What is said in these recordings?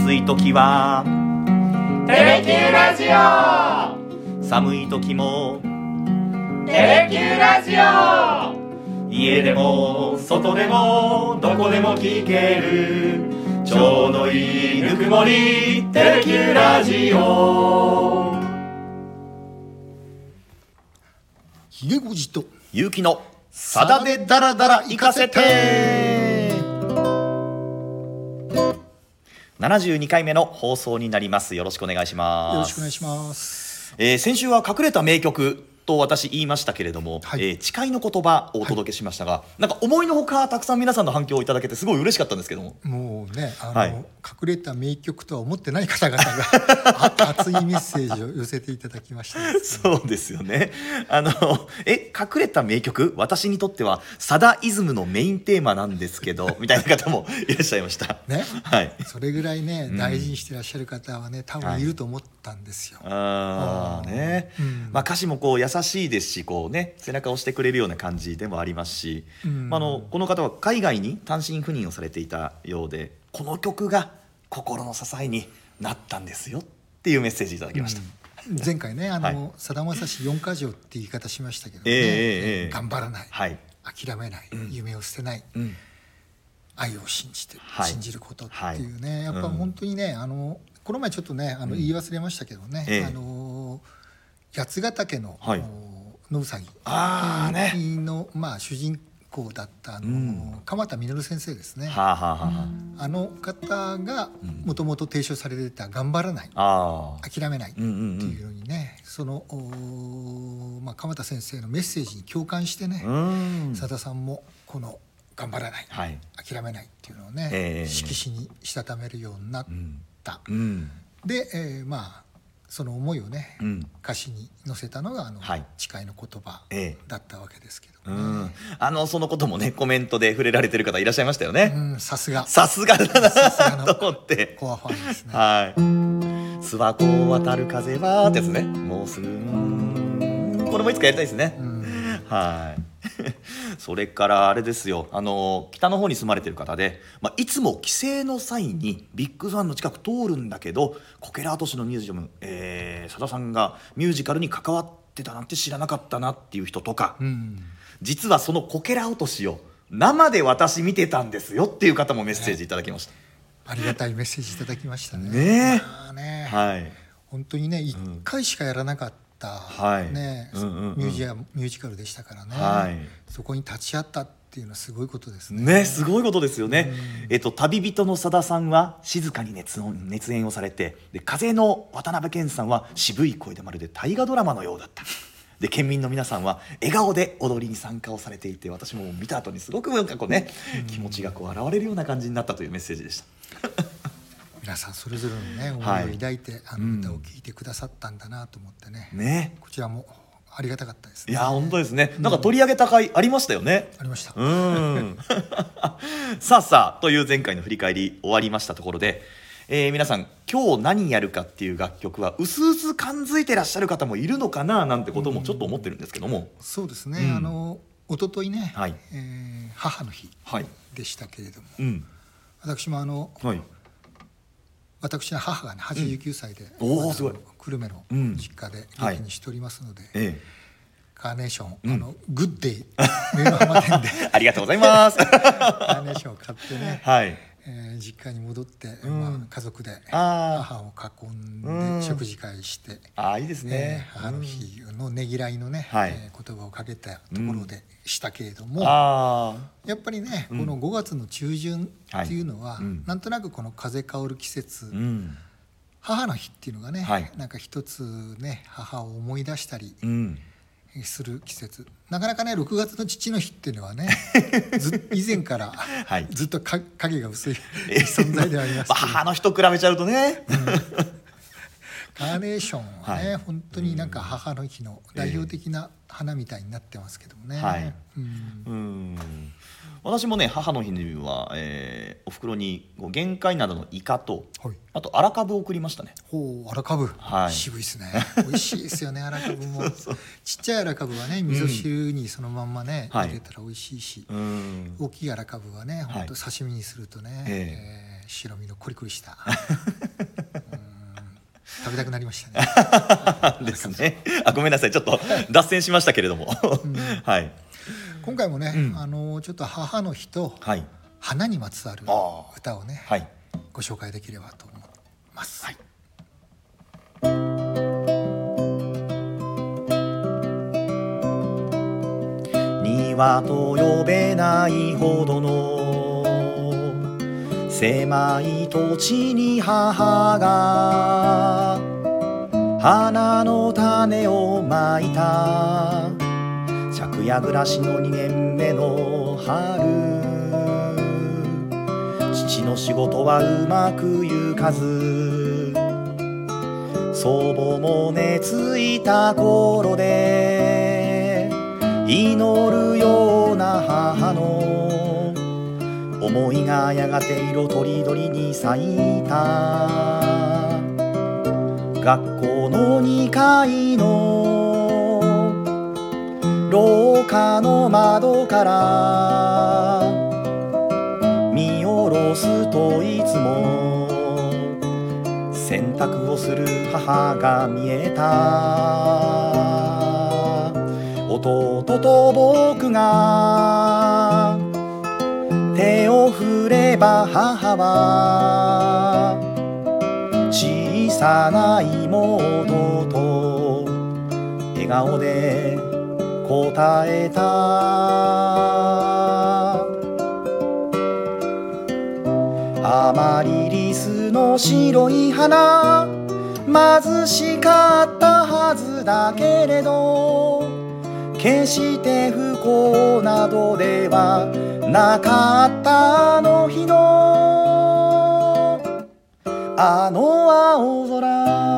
暑い時はテレキューラジオ、 寒い時もテレキューラジオ、 家でも外でもどこでも聞けるちょうどいいぬくもりテレキューラジオ。 ひげごじとゆうきのさだでダラダラ行かせて72回目の放送になります。よろしくお願いします。 よろしくお願いします。 先週は隠れた名曲と私言いましたけれども、 はい、 誓いの言葉をお届けしましたが、なんか思いのほかたくさん皆さんの反響をいただけてすごい嬉しかったんですけども、 もうねはい、 隠れた名曲とは思ってない方々が熱いメッセージを寄せていただきました、ね、 そうですよね。隠れた名曲、私にとってはサダイズムのメインテーマなんですけどみたいな方もいらっしゃいましたね、 はい、 それぐらいね、大事にしてらっしゃる方はね多分いると思ったんですよ、 ね、歌詞もこう優しいですし、こうね、背中を押してくれるような感じでもありますし、この方は海外に単身赴任をされていたようで、この曲が心の支えになったんですよっていうメッセージいただきました、 前回ねさだまさし4か条って言い方しましたけどね、頑張らない、はい、諦めない、夢を捨てない、愛を信じて、信じることっていうね、やっぱ本当にねこの前ちょっとね言い忘れましたけどね、八ヶ岳の、野うさぎの、主人公だった鎌田實先生ですね、あの方がもともと提唱されてた頑張らない、諦めないっていうのにね、その、鎌田先生のメッセージに共感してね、さださんもこの頑張らない、諦めないっていうのをね、色紙にしたためるようになった、で、その思いをね、歌詞に載せたのが誓いの言葉だったわけですけどね、 そのこともねコメントで触れられてる方いらっしゃいましたよね。さすがだなと思ってコアファンですね。 諏訪湖を渡る風はってやつね、もうすぐこれもいつかやりたいですね。それからあれですよ、北の方に住まれてる方で、いつも帰省の際にビッグファンの近く通るんだけど、こけら落としのミュージアム、さださんがミュージカルに関わってたなんて知らなかったなっていう人とか、実はそのこけら落としを生で私見てたんですよっていう方もメッセージいただきました。 ありがたいメッセージいただきましたね。本当にね1回しかやらなかったね、ミュージカルでしたからね、そこに立ち会ったっていうのはすごいことですね。 すごいことですよね。旅人のさださんは静かに熱演をされて、で風の渡辺謙さんは渋い声でまるで大河ドラマのようだった。で県民の皆さんは笑顔で踊りに参加をされていて、私も見た後にすごくなんかこうね、気持ちがこう現れるような感じになったというメッセージでした。 皆さんそれぞれのね思いを抱いて歌を聴いてくださったんだなと思ってね、こちらもありがたかったですね。 いや本当ですね。なんか取り上げた回ありましたよね。 ありました。 さあという前回の振り返り終わりましたところで、皆さん今日何やるかっていう楽曲はうすうす感づいてらっしゃる方もいるのかななんてこともちょっと思ってるんですけども、 そうですね、おとといね、母の日でしたけれども、私も私の母がね89歳で、久留米の実家で元気にしておりますので、カーネーション、グッデイ上野浜店でありがとうございますカーネーションを買ってね、実家に戻って、家族で母を囲んで食事会して、 いいですね、 母の日のねぎらいのね、言葉をかけたところでしたけれども、やっぱりねこの5月の中旬っていうのは、なんとなくこの風薫る季節、母の日っていうのがね、なんか一つね母を思い出したりする季節、なかなかね6月の父の日っていうのはね以前からずっと影が薄い存在ではありますけど、 母の日と比べちゃうとね、 カーネーションはね、本当になんか母の日の代表的な花みたいになってますけどもね。 私もね母の日には、お袋に玄界などのイカと、あと荒かぶを送りましたね。 荒かぶ、渋いですね。美味しいですよね荒かぶもちっちゃい荒かぶはね味噌汁にそのまんまね、入れたら美味しいし、大きい荒かぶはね本当刺身にするとね、 白身のコリコリした食べたくなりましたねですね。ごめんなさい、ちょっと脱線しましたけれども、はい、 今回もね、ちょっと母の日と花にまつわる歌をね、ご紹介できればと思います。 庭と呼べないほどの狭い土地に母が花の種をまいた。借家暮らしの2年目の春、父の仕事はうまくゆかず、祖母も寝ついた頃で祈るような母の思いがやがて色とりどりに咲いた。学校の2階の廊下の窓から見下ろすといつも洗濯をする母が見えた。弟と僕が手を振れば母は小さな妹と笑顔で答えた。アマリリスの白い花、貧しかったはずだけれど決して不幸などではなかった。あの日のあの青空、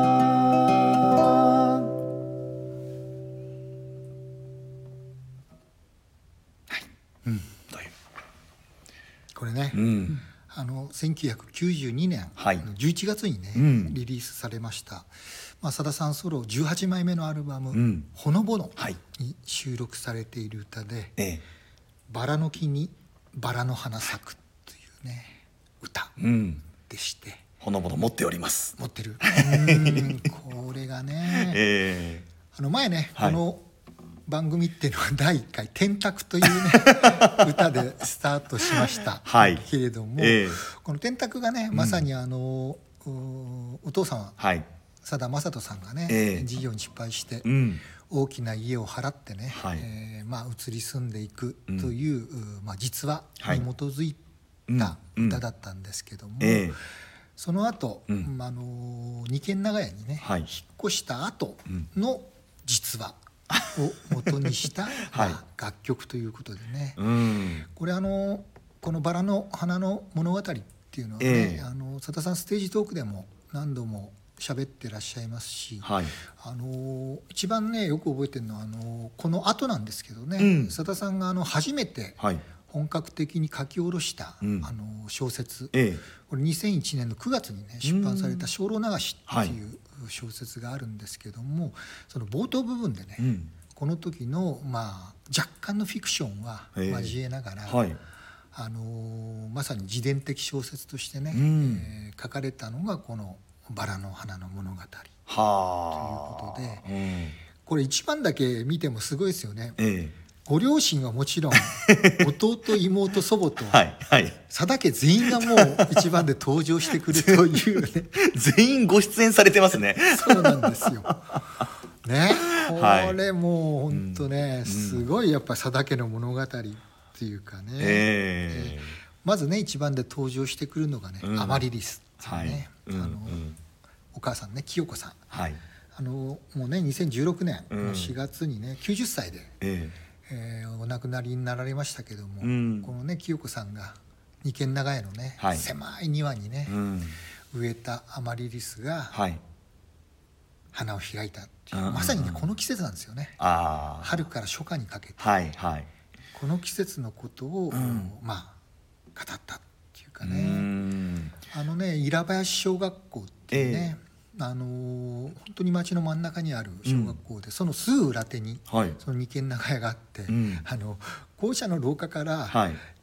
これね、1992年の11月にね、リリースされました、さださんソロ18枚目のアルバム「ほのぼの」に収録されている歌で「バラの木にバラの花咲く」というね歌でして、 ほのぼの持っております。 持ってるこれがね、前ね、この番組っていうのは第1回「天卓」というね歌でスタートしましたけれども、この天卓がねまさにお父さんはさだまさとさんがね、事業に失敗して、大きな家を払ってね、移り住んでいくという、実話に基づいた歌だったんですけども、その後、二軒長屋にね、引っ越した後の実話を元にした楽曲ということでね、これこの「バラの花の物語」っていうのはね、さださんステージトークでも何度も喋ってらっしゃいますし、一番ねよく覚えてるのはこの後なんですけどね、さださんが初めて本格的に書き下ろした、小説、これ2001年の9月にね出版された「精霊流し」っていう小説があるんですけども、その冒頭部分でね、この時の若干のフィクションは交えながら、まさに自伝的小説としてね、書かれたのがこの「バラの花の物語」ということで、これ一番だけ見てもすごいですよね。ご両親はもちろん弟妹祖母と佐田家全員がもう一番で登場してくるというね全員ご出演されてますね。 そうなんですよね。これもう本当ね、すごいやっぱ佐田家の物語っていうかね、まずね一番で登場してくるのがね、アマリリスっていうね、お母さんね清子さん、もうね2016年の4月にね90歳で、お亡くなりになられましたけども、このね清子さんが二軒長屋のね、狭い庭にね、植えたアマリリスが花を開いたっていう、まさにねこの季節なんですよね。春から初夏にかけて、この季節のことを、語ったっていうかね、稲林小学校っていうね、本当に町の真ん中にある小学校で、そのすぐ裏手にその二軒長屋があって、校舎の廊下から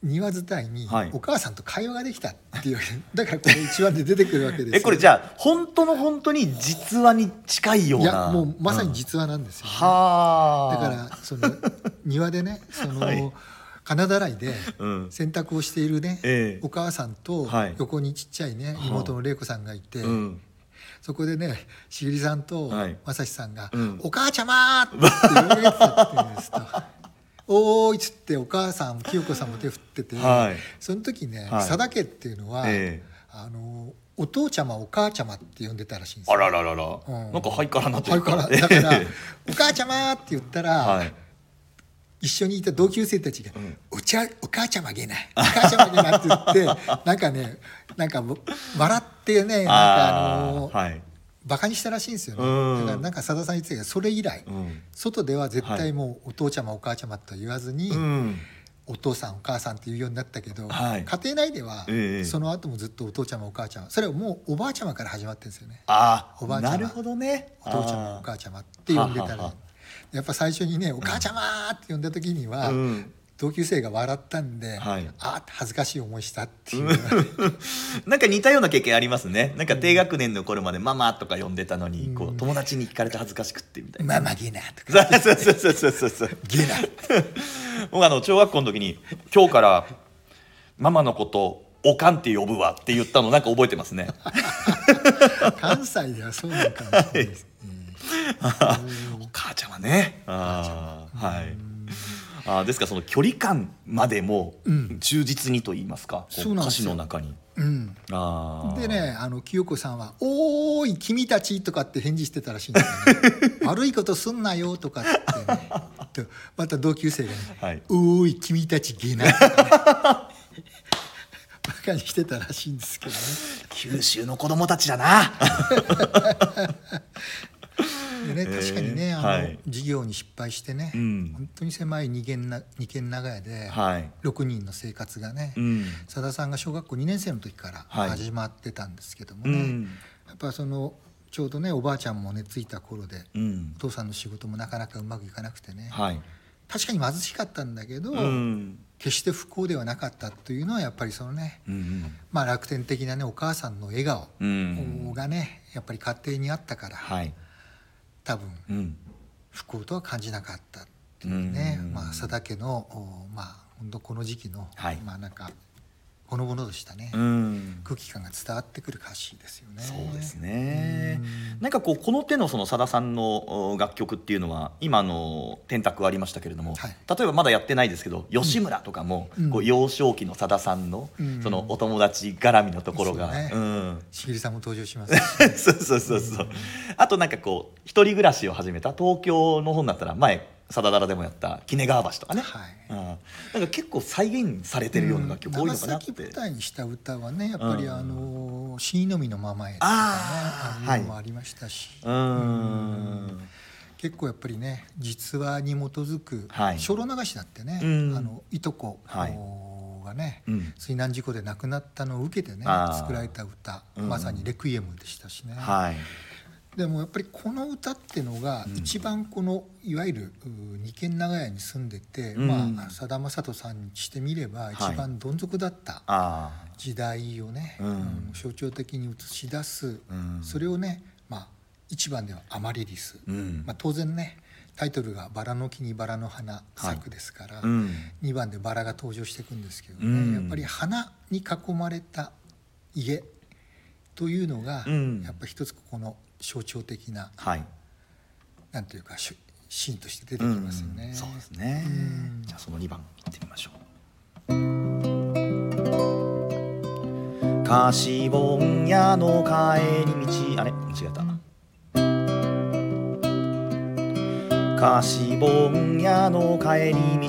庭伝いにお母さんと会話ができたっていう、だからこの一話で出てくるわけですよ。 これじゃあ本当の本当に実話に近いような。 いやもうまさに実話なんですよ、ね、 はだからその庭でねその、金だらいで洗濯をしているね、お母さんと横にちっちゃいね、妹の玲子さんがいて、そこでねしげりさんと正志さんが「お母ちゃま!」って言われてたって言うんですと「おーい」っつってお母さん清子さんも手振ってて、その時ね佐田家っていうのはお父ちゃまお母ちゃまって呼んでたらしいんですよ。 あらららら、なんかハイカラなってるから、 だから「お母ちゃま!」って言ったら、一緒にいた同級生たちが「お母ちゃまげないお母ちゃまげない」って言ってなんかねなんか笑ってねなんかバカにしたらしいんですよね。だからなんかさださん言ってたけど、それ以来外では絶対もうお父ちゃまお母ちゃまとは言わずにお父さんお母さんって言うようになったけど、家庭内ではその後もずっとお父ちゃまお母ちゃま、それはもうおばあちゃまから始まってるんですよね。おばあちゃま、 なるほどね、 お父ちゃまお母ちゃまって呼んでたら、やっぱ最初にねお母ちゃまって呼んだ時には同級生が笑ったんで、あ恥ずかしい思いしたっていうなんか似たような経験ありますね。なんか低学年の頃までママとか呼んでたのに、こう友達に聞かれて恥ずかしくってみたいな、 ママゲナとかそうゲナ僕小学校の時に今日からママのことおかんって呼ぶわって言ったのなんか覚えてますね関西ではそうなのかもしれないですねお母ちゃまね。ですからその距離感までも忠実にと言いますか、歌詞の中に。 でね清子さんは「おーい君たち」とかって返事してたらしいんですよね悪いことすんなよとかってねとまた同級生がね「おーい君たちゲナ」とかねバカにしてたらしいんですけどね。 九州の子供たちだなでね、確かにね事業に失敗してね、本当に狭い二軒長屋で6人の生活がね、さださんが小学校2年生の時から始まってたんですけどもね、やっぱそのちょうどねおばあちゃんもねついた頃で、お父さんの仕事もなかなかうまくいかなくてね、確かに貧しかったんだけど、決して不幸ではなかったというのはやっぱりそのね、楽天的なねお母さんの笑顔がねやっぱり家庭にあったから、多分不幸とは感じなかったっていうね、佐田家の本当この時期の、なんかほのぼのとしたね、空気感が伝わってくる歌詞ですよね。 そうですね。なんかこの手のそのさださんの楽曲っていうのは今天卓ありましたけれども、例えばまだやってないですけど吉村とかも幼少期のさださんのそのお友達絡みのところが、 しげりさんも登場しますしそうあとなんか一人暮らしを始めた東京の本だったら前さだだらでもやった鬼怒川橋とかね、なんか結構再現されてるような楽曲多いのかなって。 長崎舞台にした歌はねやっぱり新のみのままへとかねもありましたし、結構やっぱりね実話に基づく精霊流しだってね、いとこがね水難事故で亡くなったのを受けてね作られた歌、まさにレクイエムでしたしね。でもやっぱりこの歌っていうのが一番このいわゆる二軒長屋に住んでて、さだまさとさんにしてみれば一番どん底だった時代をね、象徴的に映し出す、それをね、一番ではアマリリス、当然ねタイトルがバラの木にバラの花咲くですから、2番でバラが登場していくんですけどね、やっぱり花に囲まれた家というのが、やっぱり一つここの象徴的な、なんていうかシーンとして出てきますよね。 そうですね。じゃあその2番いってみましょう。貸し本屋の帰り道、あれ間違えた。貸し本屋の帰り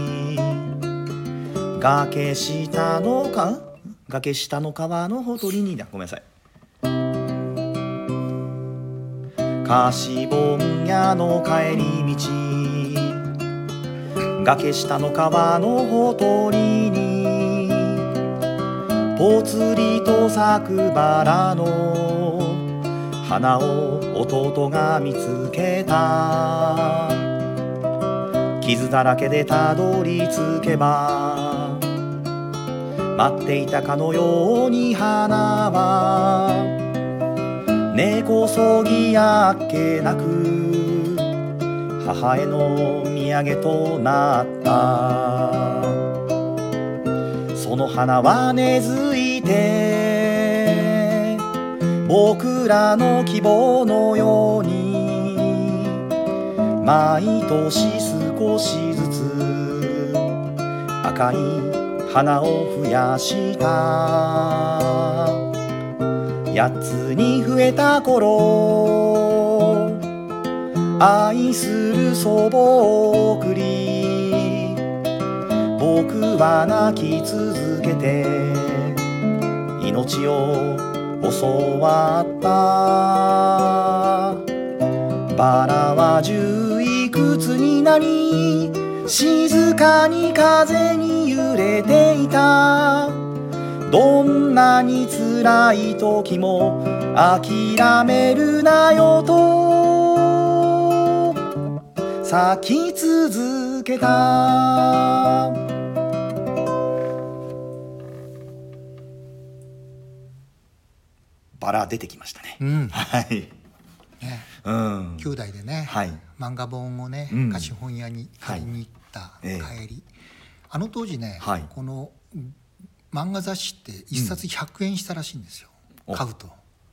道、崖下の川のほとりにごめんなさい。貸し本屋の帰り道、崖下の川のほとりにぽつりと咲くバラの花を弟が見つけた。傷だらけでたどり着けば待っていたかのように花は根こそぎあっけなく母への土産となった。その花は根付いて僕らの希望のように毎年少しずつ赤い花を増やした。8つに増えた頃愛する祖母を送り僕は泣き続けて命を教わった。バラは10いくつになり静かに風に揺れていた。どんなに辛い時も諦めるなよと咲き続けた。バラ出てきましたね。はい。 ね、兄弟でね、漫画本をね、貸本屋に買いに行った帰り、あの当時ね、この漫画雑誌って1冊100円したらしいんですよ、買うと。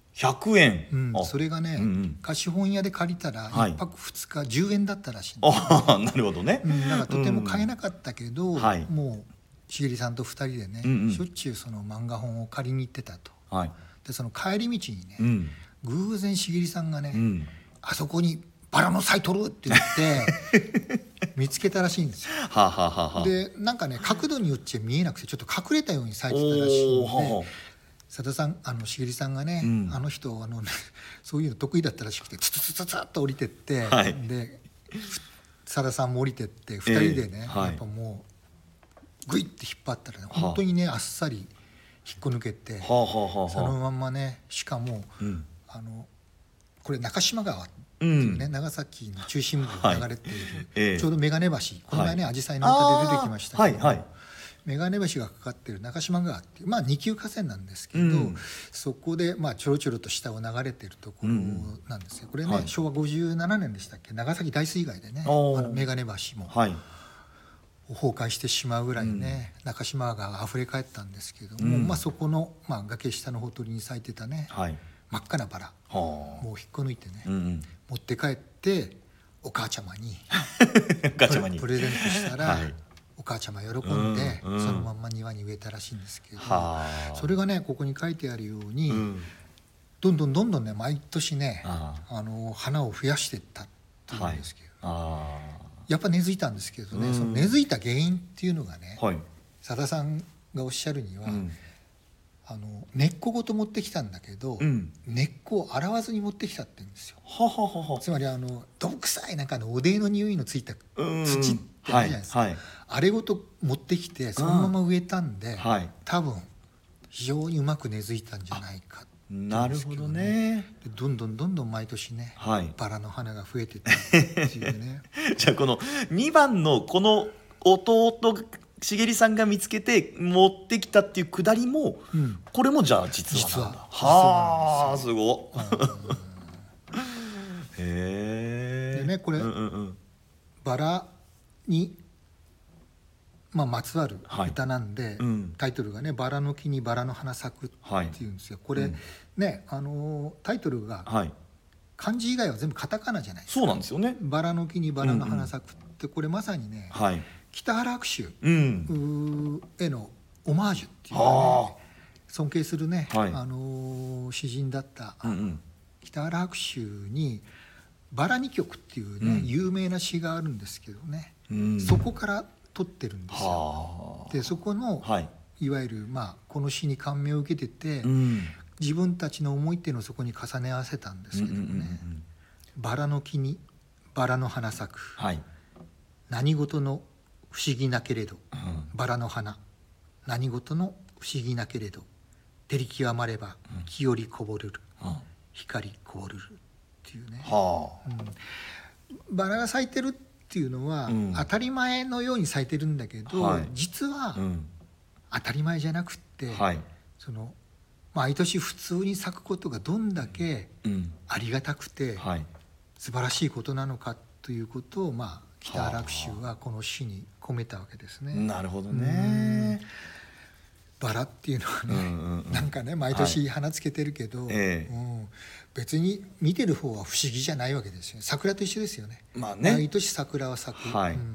100円、 それがね、貸本屋で借りたら1泊2日10円だったらしいんですよ。なるほどね。 だからとても買えなかったけど、もうしげりさんと2人でね、しょっちゅうその漫画本を借りに行ってたと。でその帰り道にね、偶然しげりさんがね、あそこにバラのサイトルって言って見つけたらしいんですよ。でなんかね角度によっちゃ見えなくてちょっと隠れたように咲いてたらしいので、佐田さんしげりさんがね、あの人そういうの得意だったらしくてツツツツツっと降りてって、で佐田さんも降りてって2人でね、やっぱもうグイッて引っ張ったらね、本当にねあっさり引っこ抜けて、そのまんまね、しかも、これ中島川っていうね、長崎の中心部を流れている、ちょうど眼鏡橋、この前ね紫陽花の歌で出てきましたけど、眼鏡橋がかかっている中島川っていう二級河川なんですけど、そこでちょろちょろと下を流れているところなんですよ。これね、昭和57年でしたっけ、長崎大水害でね、眼鏡橋も崩壊してしまうぐらいね、中島川があふれ返ったんですけども、そこの、崖下のほとりに咲いてたね、真っ赤なバラもう引っこ抜いてね、持って帰ってお母ちゃまにプレゼントしたら、お母ちゃま喜んで、そのまんま庭に植えたらしいんですけど、それがねここに書いてあるように、どんどんね毎年ね花を増やしていったっていうんですけど、やっぱ根付いたんですけどね、その根付いた原因っていうのがね、佐田さんがおっしゃるには、根っこごと持ってきたんだけど、根っこを洗わずに持ってきたって言うんですよ。つまりどぶ臭いなんかおでいの匂いのついた土ってあるじゃないですか、あれごと持ってきてそのまま植えたんで、多分非常にうまく根付いたんじゃないか。 なるほどね。 どんどん毎年ね、バラの花が増えてったっていうね。 じゃあこの2番のこの弟しげりさんが見つけて持ってきたっていうくだりも、これもじゃあ実話なんだ。はあ、すごっ。へえ。 でねこれ、バラにまつわる歌なんで、タイトルがね「バラの木にバラの花咲く」っていうんですよ。これねタイトルが漢字以外は全部カタカナじゃないですか。 そうなんですよね。 バラの木にバラの花咲くってこれまさにね、北原白秋へのオマージュっていうね、尊敬するね詩人だった北原白秋に「バラ二曲」っていうね有名な詩があるんですけどね、そこから取ってるんですよ。でそこのいわゆるこの詩に感銘を受けてて、自分たちの思いっていうのをそこに重ね合わせたんですけどもね、バラの木にバラの花咲く、何事の不思議なけれど、バラの花何事の不思議なけれど照り極まれば木よりこぼれる、光こぼれるっていうね、バラが咲いてるっていうのは当たり前のように咲いてるんだけど、実は当たり前じゃなくって、 はい、 その毎年普通に咲くことがどんだけありがたくて、はい、素晴らしいことなのかということを、北アラクシュはこの詩に込めたわけですね。 なるほどね。 バラっていうのはね、なんかね毎年花つけてるけど、別に見てる方は不思議じゃないわけですよ。桜と一緒ですよね。毎年桜は咲く、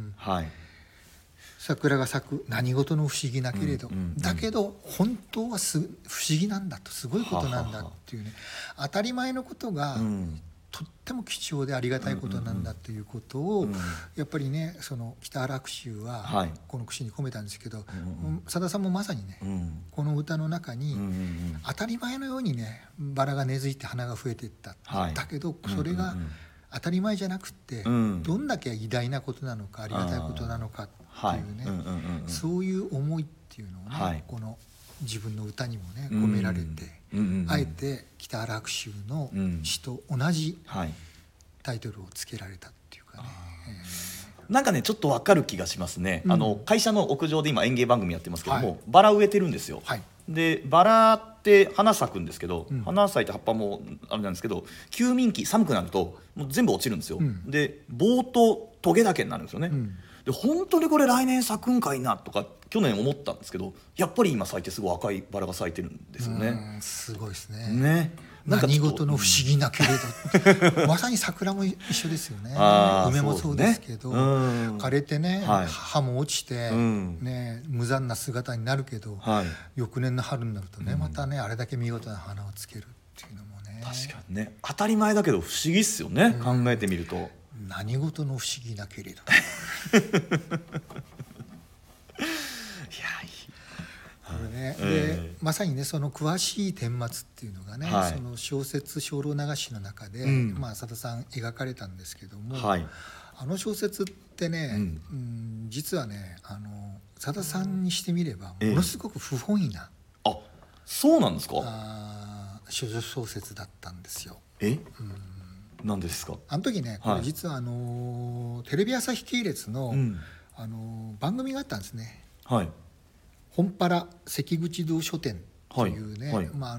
桜が咲く、何事の不思議なけれど、だけど本当は不思議なんだと、すごいことなんだっていうね、当たり前のことが、とっても貴重でありがたいことなんだということを、やっぱりね、その北アラクシュはこの詩に込めたんですけど、さださんもまさにね、この歌の中に、当たり前のようにねバラが根付いて花が増えていった、だけどそれが当たり前じゃなくって、どんだけ偉大なことなのかありがたいことなのかっていうね、そういう思いっていうのをね、この自分の歌にもね込められて、あえて北アラクシュの詩と同じタイトルをつけられたっていうかね、 なんかねちょっと分かる気がしますね。会社の屋上で今園芸番組やってますけども、バラ植えてるんですよ。でバラって花咲くんですけど、花咲いて葉っぱもあれなんですけど、休眠期寒くなるともう全部落ちるんですよ。で棒とトゲだけになるんですよね。で本当にこれ来年咲くんかいなとか去年思ったんですけど、やっぱり今咲いてすごい赤いバラが咲いてるんですよね。 すごいですね。何事の不思議なけれどまさに桜も一緒ですよね。梅もそうですけど、枯れてね、葉も落ちて、無残な姿になるけど、翌年の春になるとね、またねあれだけ見事な花をつけるっていうのもね、 確かにね、当たり前だけど不思議っすよね、考えてみると。 何事の不思議なけれどでまさにねその詳しい顛末っていうのがね、その小説「精霊流し」の中でさださん描かれたんですけども、あの小説ってね、実はねさださんにしてみればものすごく不本意な、 そうなんですか、 処女小説だったんですよ。 なんでですか。 あの時ねこれ実はテレビ朝日系列の番組があったんですね。本原関口堂書店というね、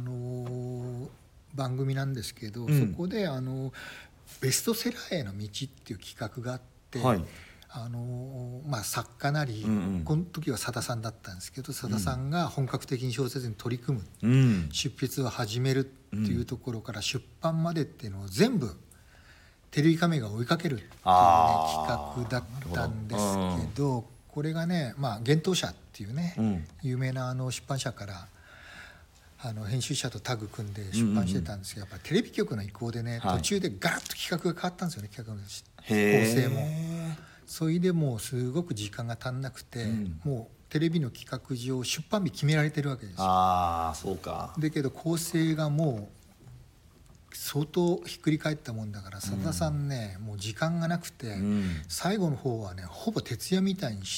番組なんですけど、そこでベストセラーへの道っていう企画があって、作家なり、この時はさださんだったんですけど、さださんが本格的に小説に取り組む、執筆を始めるっていうところから出版までっていうのを全部テレビカメラが追いかけるっていう、企画だったんですけど、これがね、幻冬舎っていうね、有名な出版社から編集者とタッグ組んで出版してたんですけど、やっぱりテレビ局の意向でね、途中でガラッと企画が変わったんですよね、企画の構成も。それでもうすごく時間が足んなくて、もうテレビの企画上出版日決められてるわけですよ。 そうか。 だけど構成がもう相当ひっくり返ったもんだから、さださんね、もう時間がなくて、最後の方はねほぼ徹夜みたいにして、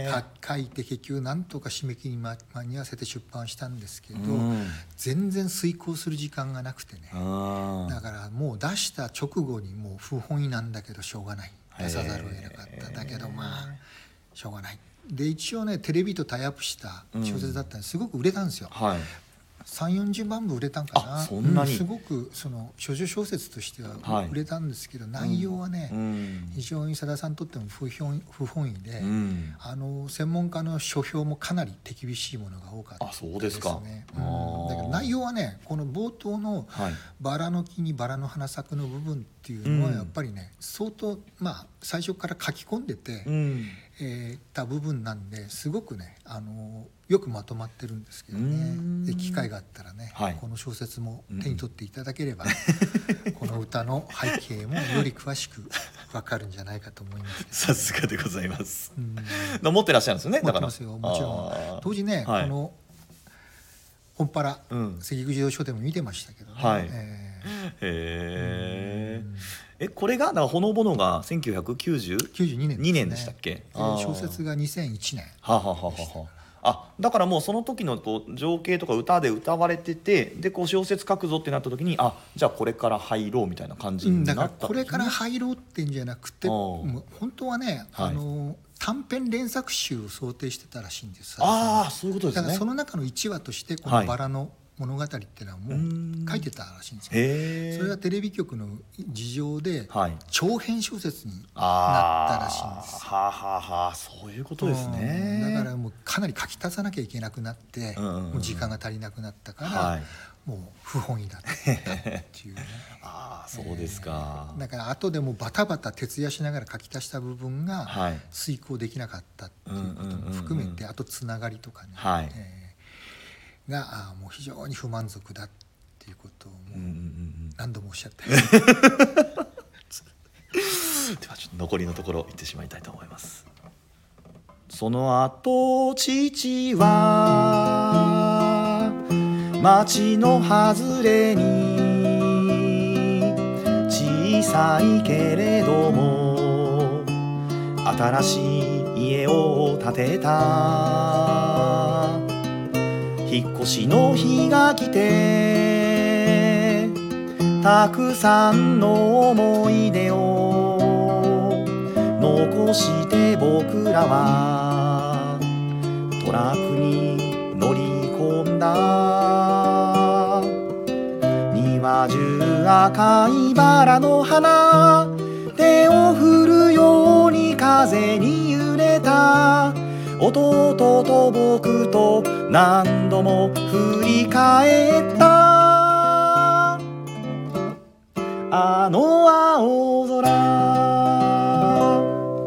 書いて結局なんとか締め切りに間に合わせて出版したんですけど、全然遂行する時間がなくてね、だからもう出した直後にもう不本意なんだけどしょうがない、出さざるを得なかった。だけどしょうがないで、一応ねテレビとタイアップした小説だったんですごく売れたんですよ。30-40万部売れたんかな。 そんなに、 すごくその処女小説としては売れたんですけど、内容はね、非常にさださんにとっても不本意で、専門家の書評もかなり手厳しいものが多かったですね。 そうですか。 だけど内容はね、この冒頭のバラの木にバラの花咲くの部分っていうのはやっぱりね、相当最初から書き込んでてた部分なんで、すごくねよくまとまってるんですけどね。で機会があったらね、この小説も手に取っていただければ、この歌の背景もより詳しく分かるんじゃないかと思います、 さすがでございます。持ってらっしゃるんですよね。 持ってますよ、もちろん。当時ね、この本原関口堂書店も見てましたけどね。 これがだからほのぼのが1992年でしたっけ。 小説が2001年。 だからもうその時の情景とか歌で歌われてて、で小説書くぞってなった時に、じゃあこれから入ろうみたいな感じになった、 だからこれから入ろうってんじゃなくて、本当はね、 短編連作集を想定してたらしいんです。 ああ、そういうことですね。 だからその中の1話としてこのバラの物語っていうのはもう書いてたらしいんですよ。それがテレビ局の事情で長編小説になったらしいんです。 はあはあはあ、そういうことですね。 だからもうかなり書き足さなきゃいけなくなって、もう時間が足りなくなったから、もう不本意だったっていうね。 ああ、そうですか。 だから後でもバタバタ徹夜しながら書き足した部分が遂行できなかったっていうことも含めて、あとつながりとかね、がもう非常に不満足だっていうことをもう何度もおっしゃってではちょっと残りのところ行ってしまいたいと思います。その後父は町の外れに小さいけれども新しい家を建てた。引っ越しの日が来てたくさんの思い出を残して僕らはトラックに乗り込んだ。庭中赤いバラの花手を振るように風に揺れた。弟と僕と何度も振り返った。あの青空。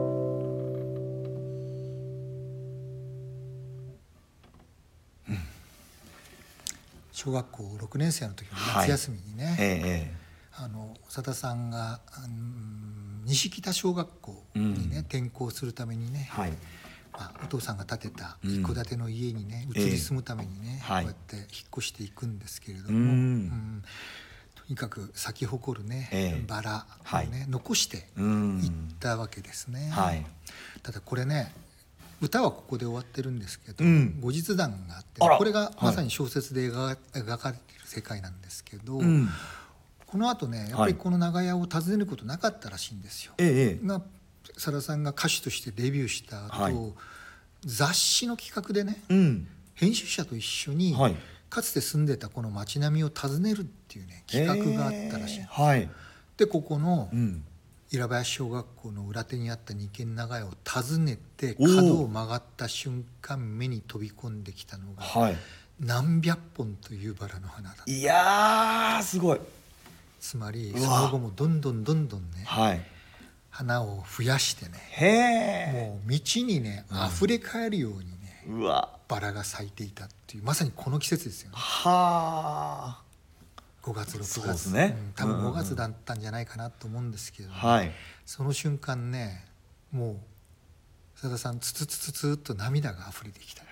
小学校6年生の時の夏休みにね、長田さんが西北小学校にね、転校するためにね、お父さんが建てた一戸建ての家にね、移り住むためにね、こうやって引っ越していくんですけれども、とにかく咲き誇るね、バラをね、残していったわけですね。ただこれね、歌はここで終わってるんですけど、後日談があって、これがまさに小説で描かれている世界なんですけど、このあとね、やっぱりこの長屋を訪ねることなかったらしいんですよ。さださんが歌手としてデビューした後、雑誌の企画でね、編集者と一緒にかつて住んでたこの町並みを訪ねるっていうね企画があったらしいんです。でここの平林小学校の裏手にあった二軒長屋を訪ねて角を曲がった瞬間目に飛び込んできたのが何百本というバラの花だった。 いやー、すごい。 つまりその後もどんどんね、花を増やしてね、もう道にね溢れ返るようにね、バラが咲いていたっていう、まさにこの季節ですよね。5月6月、多分5月だったんじゃないかなと思うんですけど、その瞬間ね、もうさださんつつっと涙が溢れてきた。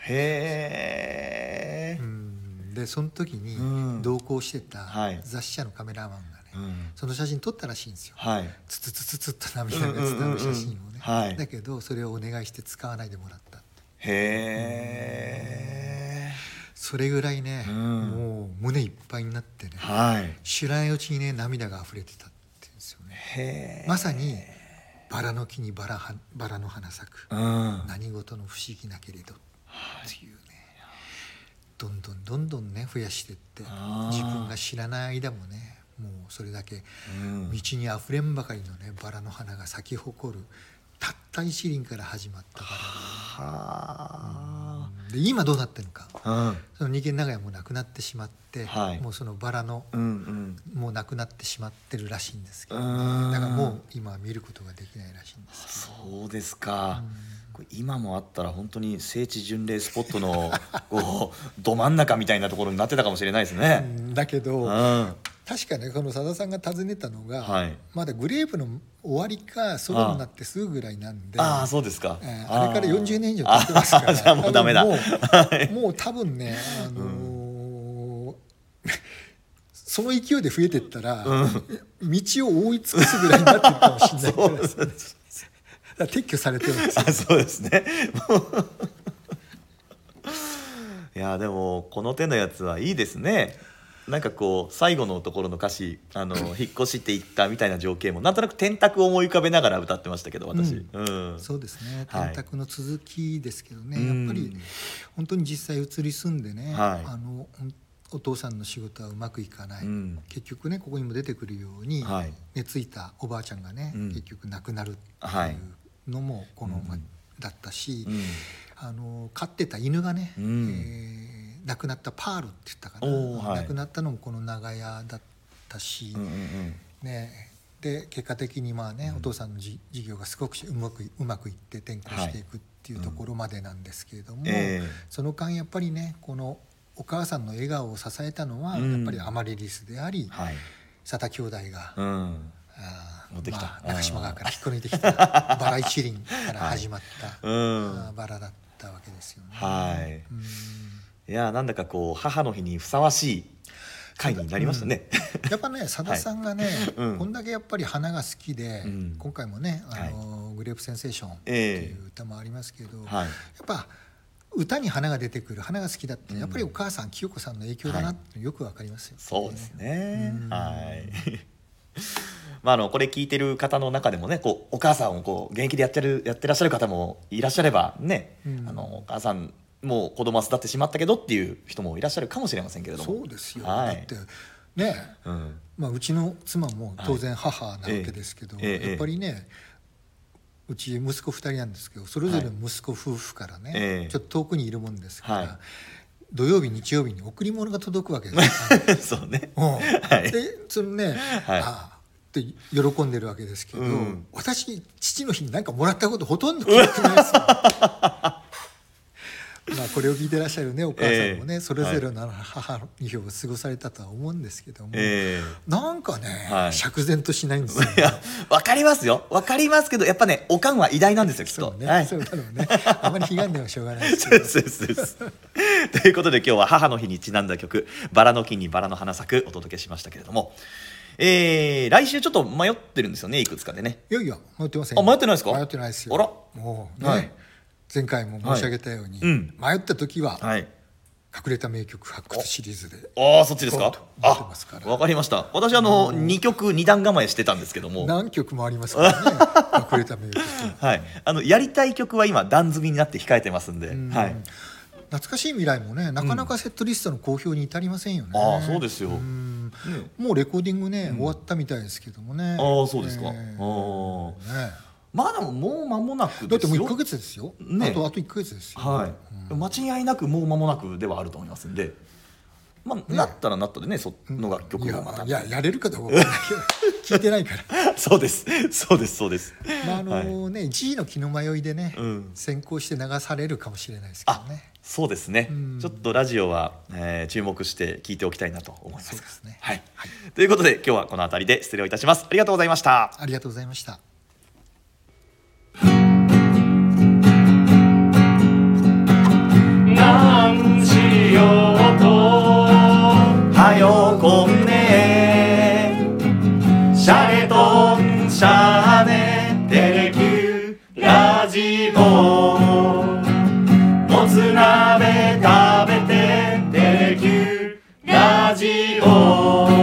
でその時に同行してた雑誌社のカメラマンがその写真撮ったらしいんですよ。つつっと涙が伝わる写真をね、だけどそれをお願いして使わないでもらった。それぐらいね、もう胸いっぱいになってね、知らないうちにね涙が溢れてたっていうんですよね。まさにバラの木にバラの花咲く、何事の不思議なけれどっていうね、どんどんね増やしてって、自分が知らない間もね、もうそれだけ道にあふれんばかりのねバラの花が咲き誇る、たった一輪から始まったバラで、今どうなってるのか、その二軒長屋もなくなってしまって、もうそのバラの、もうなくなってしまってるらしいんですけど、だからもう今は見ることができないらしいんですけど。 そうですか。今もあったら本当に聖地巡礼スポットのこうど真ん中みたいなところになってたかもしれないですね。 だけど、確かね、このさださんが訪ねたのが、まだグレープの終わりかソロになってすぐぐらいなんで、 そうですか。 あれから40年以上経ってますから、 じゃあもうダメだ。 もう多分ね、その勢いで増えてったら、道を覆い尽くすぐらいになってるかもしれないから、撤去されてるんですよ。 そうですね。いやでもこの手のやつはいいですね。 なんかこう最後のところの歌詞引っ越していったみたいな情景もなんとなく天卓を思い浮かべながら歌ってましたけど私、 そうですね、天卓の続きですけどね、やっぱり本当に実際移り住んでね、お父さんの仕事はうまくいかない、結局ねここにも出てくるように、寝ついたおばあちゃんがね、結局亡くなるっていうのもこのだったし、飼ってた犬がね、亡くなったパールって言ったかな、亡くなったのもこの長屋だったし、で結果的にまあね、お父さんの事業がすごくうまくいって転校していくっていうところまでなんですけれども、その間やっぱりねこのお母さんの笑顔を支えたのはやっぱりアマリリスであり、佐田兄弟が、中島川から引っこ抜いてきたバラ一輪から始まったバラだったわけですよね。 いやなんだかこう母の日にふさわしい回になりましたね。 やっぱね佐田さんがね、こんだけやっぱり花が好きで、今回もねグレープセンセーションっていう歌もありますけど、やっぱ歌に花が出てくる、花が好きだってやっぱりお母さん清子さんの影響だなってよくわかりますよ。 そうですね。これ聞いてる方の中でもねこうお母さんをこう現役でやってらっしゃる方もいらっしゃればね、お母さんもう子供は巣立ってしまったけどっていう人もいらっしゃるかもしれませんけれども。 そうですよ、だってね、うちの妻も当然母なわけですけど、やっぱりねうち息子2人なんですけど、それぞれ息子夫婦からね、ちょっと遠くにいるもんですから、土曜日日曜日に贈り物が届くわけですそうね。 でそのね、って喜んでるわけですけど、私父の日に何かもらったことほとんど記憶ないですよ。これを聞いてらっしゃるねお母さんもね、それぞれの母の日を過ごされたとは思うんですけども、なんかね、釈然としないんですよ、ね。 わかりますよ、わかりますけどやっぱねおかんは偉大なんですよきっと。 そうね、そうだろうね。あまり悲願ではしょうがないですけど。 そうということで今日は母の日にちなんだ曲「バラの木にバラの花咲く」お届けしましたけれども、来週ちょっと迷ってるんですよね、いくつかでね。 いやいや迷ってません。 迷ってないですか？ 迷ってないですよ。 あら、 もうね、前回も申し上げたように、迷った時は、隠れた名曲発掘シリーズで。 そっちですか？わかりました。私2曲2段構えしてたんですけども、 何曲もありますからね。隠れた名曲。 やりたい曲は今段積みになって控えてますんで、 懐かしい未来もね、なかなかセットリストの公表に至りませんよね。 そうですよ。 もうレコーディングね、終わったみたいですけどもね。 そうですか。まだもう間もなくですよ。 だってもう1ヶ月ですよ。あと1ヶ月ですよ。 間違いなくもう間もなくではあると思いますんで、なったらなったでね、その楽曲もまたやれるかどうか聞いてないから。 そうです。 G の気の迷いでね、先行して流されるかもしれないですけどね。 そうですね。ちょっとラジオは注目して聞いておきたいなと思います。 そうですね。 ということで今日はこの辺りで失礼いたします。ありがとうございました。 ありがとうございました。 なんしようとはよこんねシャレとんシャネテレキューラジオもつ鍋食べてテレキューラジオ